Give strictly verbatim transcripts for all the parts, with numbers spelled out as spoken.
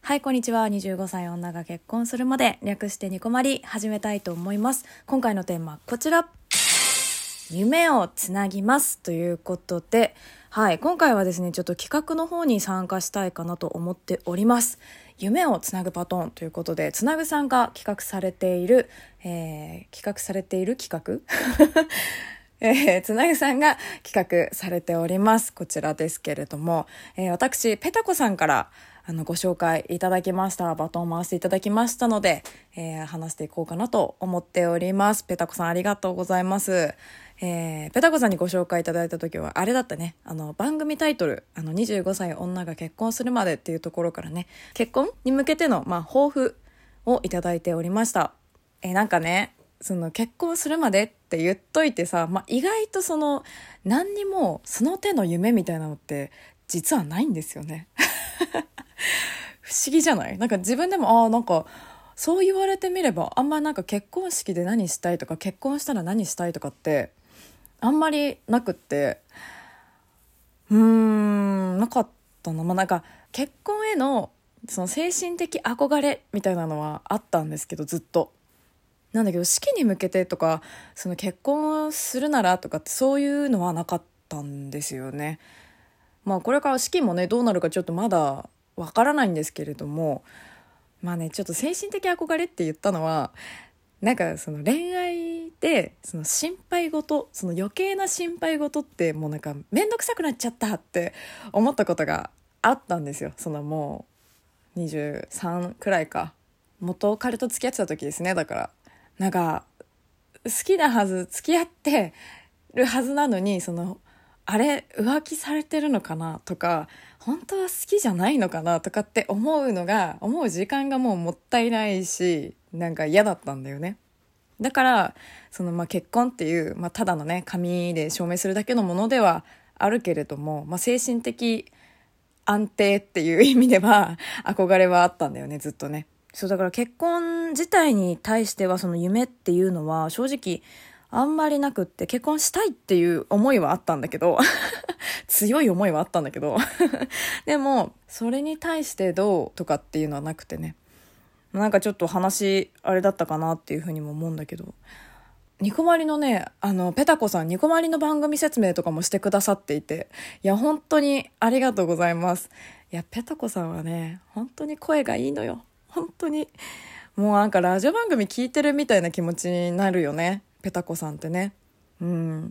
はい、こんにちは。にじゅうごさい女が結婚するまで、略してニコマリ始めたいと思います。今回のテーマはこちら。夢をつなぎますということで、はい、今回はですね、ちょっと企画の方に参加したいかなと思っております。夢をつなぐパトーンということで、つなぐさんが企画されている、えー、企画されている企画えー、つなぐさんが企画されております。こちらですけれども、えー、私ペタコさんからあのご紹介いただきましたバトンを回していただきましたので、えー、話していこうかなと思っております。ペタコさんありがとうございます。えー、ペタコさんにご紹介いただいた時はあれだったね、あの番組タイトルあのにじゅうごさい女が結婚するまでっていうところからね、結婚に向けての、まあ、抱負をいただいておりました。えー、なんかね、その結婚するまでって言っといてさ、まあ、意外とその何にもその手の夢みたいなのって実はないんですよね不思議じゃない？なんか自分でもああなんかそう言われてみればあんまなんか結婚式で何したいとか結婚したら何したいとかってあんまりなくって、うーんなかったな。まあなんか結婚へのその精神的憧れみたいなのはあったんですけど、ずっとなんだけど式に向けてとかその結婚するならとかってそういうのはなかったんですよね。まあこれから式もねどうなるかちょっとまだわからないんですけれども、まあねちょっと精神的憧れって言ったのはなんかその恋愛でその心配事、その余計な心配事ってもうなんか面倒くさくなっちゃったって思ったことがあったんですよ。そのもうにじゅうさんくらいか、元彼と付き合ってた時ですね。だからなんか好きなはず、付き合ってるはずなのにそのあれ浮気されてるのかなとか本当は好きじゃないのかなとかって思うのが思う時間がもうもったいないし、なんか嫌だったんだよね。だからそのまあ結婚っていう、まあ、ただのね紙で証明するだけのものではあるけれども、まあ、精神的安定っていう意味では憧れはあったんだよね、ずっとね。そうだから結婚自体に対してはその夢っていうのは正直あんまりなくって、結婚したいっていう思いはあったんだけど強い思いはあったんだけどでもそれに対してどうとかっていうのはなくてね、なんかちょっと話あれだったかなっていうふうにも思うんだけど、ニコマリのね、あのペタコさんニコマリの番組説明とかもしてくださっていて、いや本当にありがとうございます。いやペタコさんはね本当に声がいいのよ。本当にもうなんかラジオ番組聞いてるみたいな気持ちになるよね、ペタコさんってね。うん、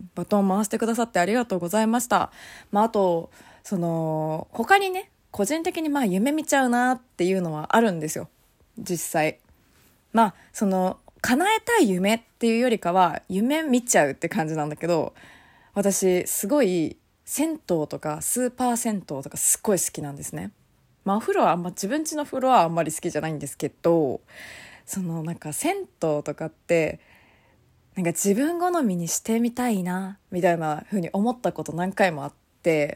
バトン回してくださってありがとうございました。まああとその他にね個人的にまあ夢見ちゃうなっていうのはあるんですよ、実際。まあその叶えたい夢っていうよりかは夢見ちゃうって感じなんだけど、私すごい銭湯とかスーパー銭湯とかすっごい好きなんですね。まあお風呂はあんま自分家の風呂はあんまり好きじゃないんですけど、そのなんか銭湯とかってなんか自分好みにしてみたいなみたいな風に思ったこと何回もあって、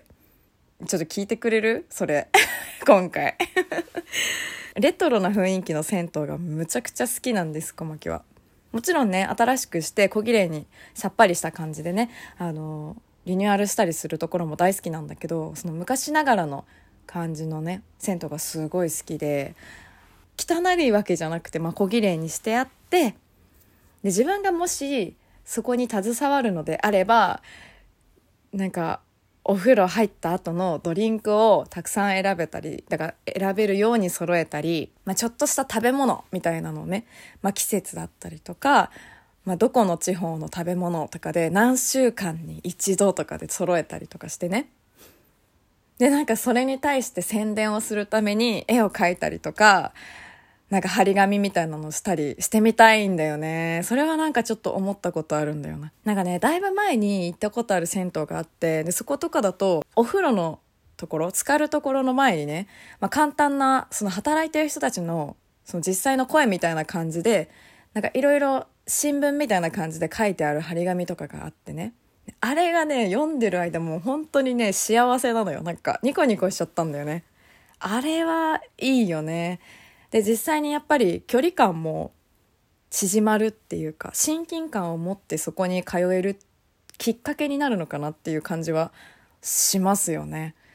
ちょっと聞いてくれるそれ今回レトロな雰囲気の銭湯がむちゃくちゃ好きなんです、小牧は。もちろんね新しくして小綺麗にさっぱりした感じでね、あのリニューアルしたりするところも大好きなんだけど、その昔ながらの感じのね銭湯がすごい好きで、汚いわけじゃなくて、まあ、小綺麗にしてあって、で自分がもしそこに携わるのであればなんかお風呂入った後のドリンクをたくさん選べたり、だから選べるように揃えたり、まあ、ちょっとした食べ物みたいなのをね、まあ、季節だったりとか、まあ、どこの地方の食べ物とかで何週間に一度とかで揃えたりとかしてね。でなんかそれに対して宣伝をするために絵を描いたりとか、なんか張り紙みたいなのしたりしてみたいんだよね。それはなんかちょっと思ったことあるんだよな。なんかねだいぶ前に行ったことある銭湯があって、でそことかだとお風呂のところ浸かるところの前にね、まあ、簡単なその働いてる人たちのその実際の声みたいな感じでなんかいろいろ新聞みたいな感じで書いてある張り紙とかがあってね、あれがね読んでる間もう本当にね幸せなのよ。なんかニコニコしちゃったんだよね。あれはいいよね。で実際にやっぱり距離感も縮まるっていうか、親近感を持ってそこに通えるきっかけになるのかなっていう感じはしますよね。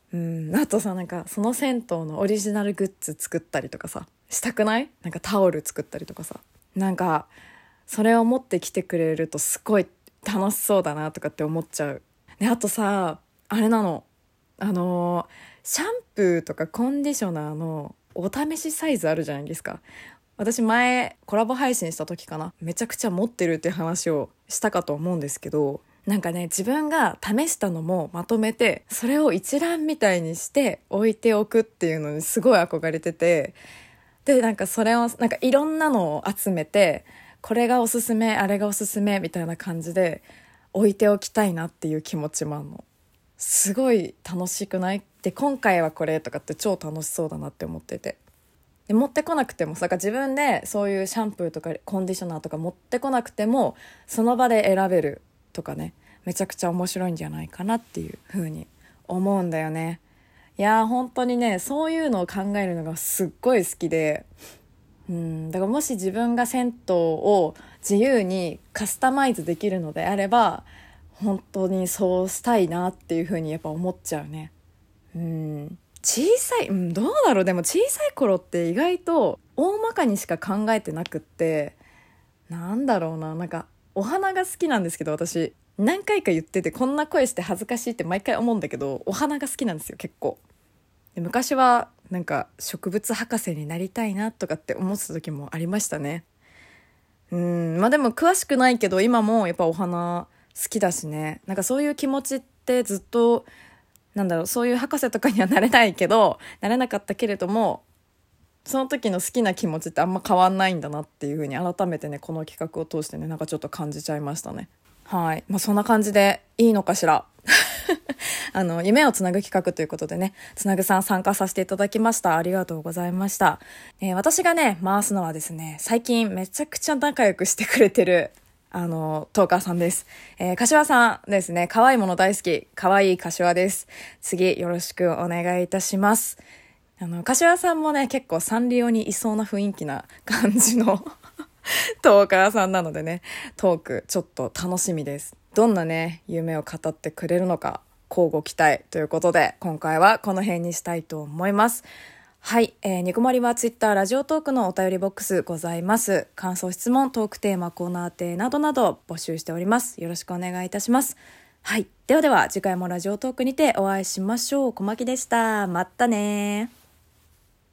うん、あとさ、なんかその銭湯のオリジナルグッズ作ったりとかさしたくない？なんかタオル作ったりとかさ、なんかそれを持ってきてくれるとすごい楽しそうだなとかって思っちゃう。で、あとさ、あれなの、あのシャンプーとかコンディショナーのお試しサイズあるじゃないですか。私前コラボ配信した時かな、めちゃくちゃ持ってるって話をしたかと思うんですけど、なんかね、自分が試したのもまとめてそれを一覧みたいにして置いておくっていうのにすごい憧れてて、でなんかそれをなんかいろんなのを集めて、これがおすすめあれがおすすめみたいな感じで置いておきたいなっていう気持ちもあるの。すごい楽しくない？で今回はこれとかって超楽しそうだなって思ってて、で持ってこなくてもさ、自分でそういうシャンプーとかコンディショナーとか持ってこなくてもその場で選べるとかね、めちゃくちゃ面白いんじゃないかなっていう風に思うんだよね。いやー本当にね、そういうのを考えるのがすっごい好きで、うんだからもし自分が銭湯を自由にカスタマイズできるのであれば本当にそうしたいなっていう風にやっぱ思っちゃうね。うん小さい、うん、どうだろう。でも小さい頃って意外と大まかにしか考えてなくって、なんだろうな、なんかお花が好きなんですけど、私何回か言っててこんな声して恥ずかしいって毎回思うんだけど、お花が好きなんですよ結構。で昔はなんか植物博士になりたいなとかって思ってた時もありましたね。うんまあでも詳しくないけど今もやっぱお花好きだしね。なんかそういう気持ちってずっと、なんだろう、そういう博士とかにはなれないけど、なれなかったけれども、その時の好きな気持ちってあんま変わんないんだなっていう風に改めてね、この企画を通してね、なんかちょっと感じちゃいましたね。はい。まあそんな感じでいいのかしら。あの、夢をつなぐ企画ということでね、つなぐさん参加させていただきました。ありがとうございました。えー私がね、回すのはですね、最近めちゃくちゃ仲良くしてくれてる、あの、トーカーさんです。えー、柏さんですね。可愛いもの大好き。可愛い柏です。次、よろしくお願いいたします。あの、柏さんもね、結構サンリオにいそうな雰囲気な感じのトーカーさんなのでね、トークちょっと楽しみです。どんなね、夢を語ってくれるのか、乞うご期待ということで、今回はこの辺にしたいと思います。はい、えー、ニコマリはツイッター、ラジオトークのお便りボックスございます。感想、質問、トークテーマ、コーナーテーなどなど募集しております。よろしくお願いいたします。はい、ではでは次回もラジオトークにてお会いしましょう。小牧でした。またね。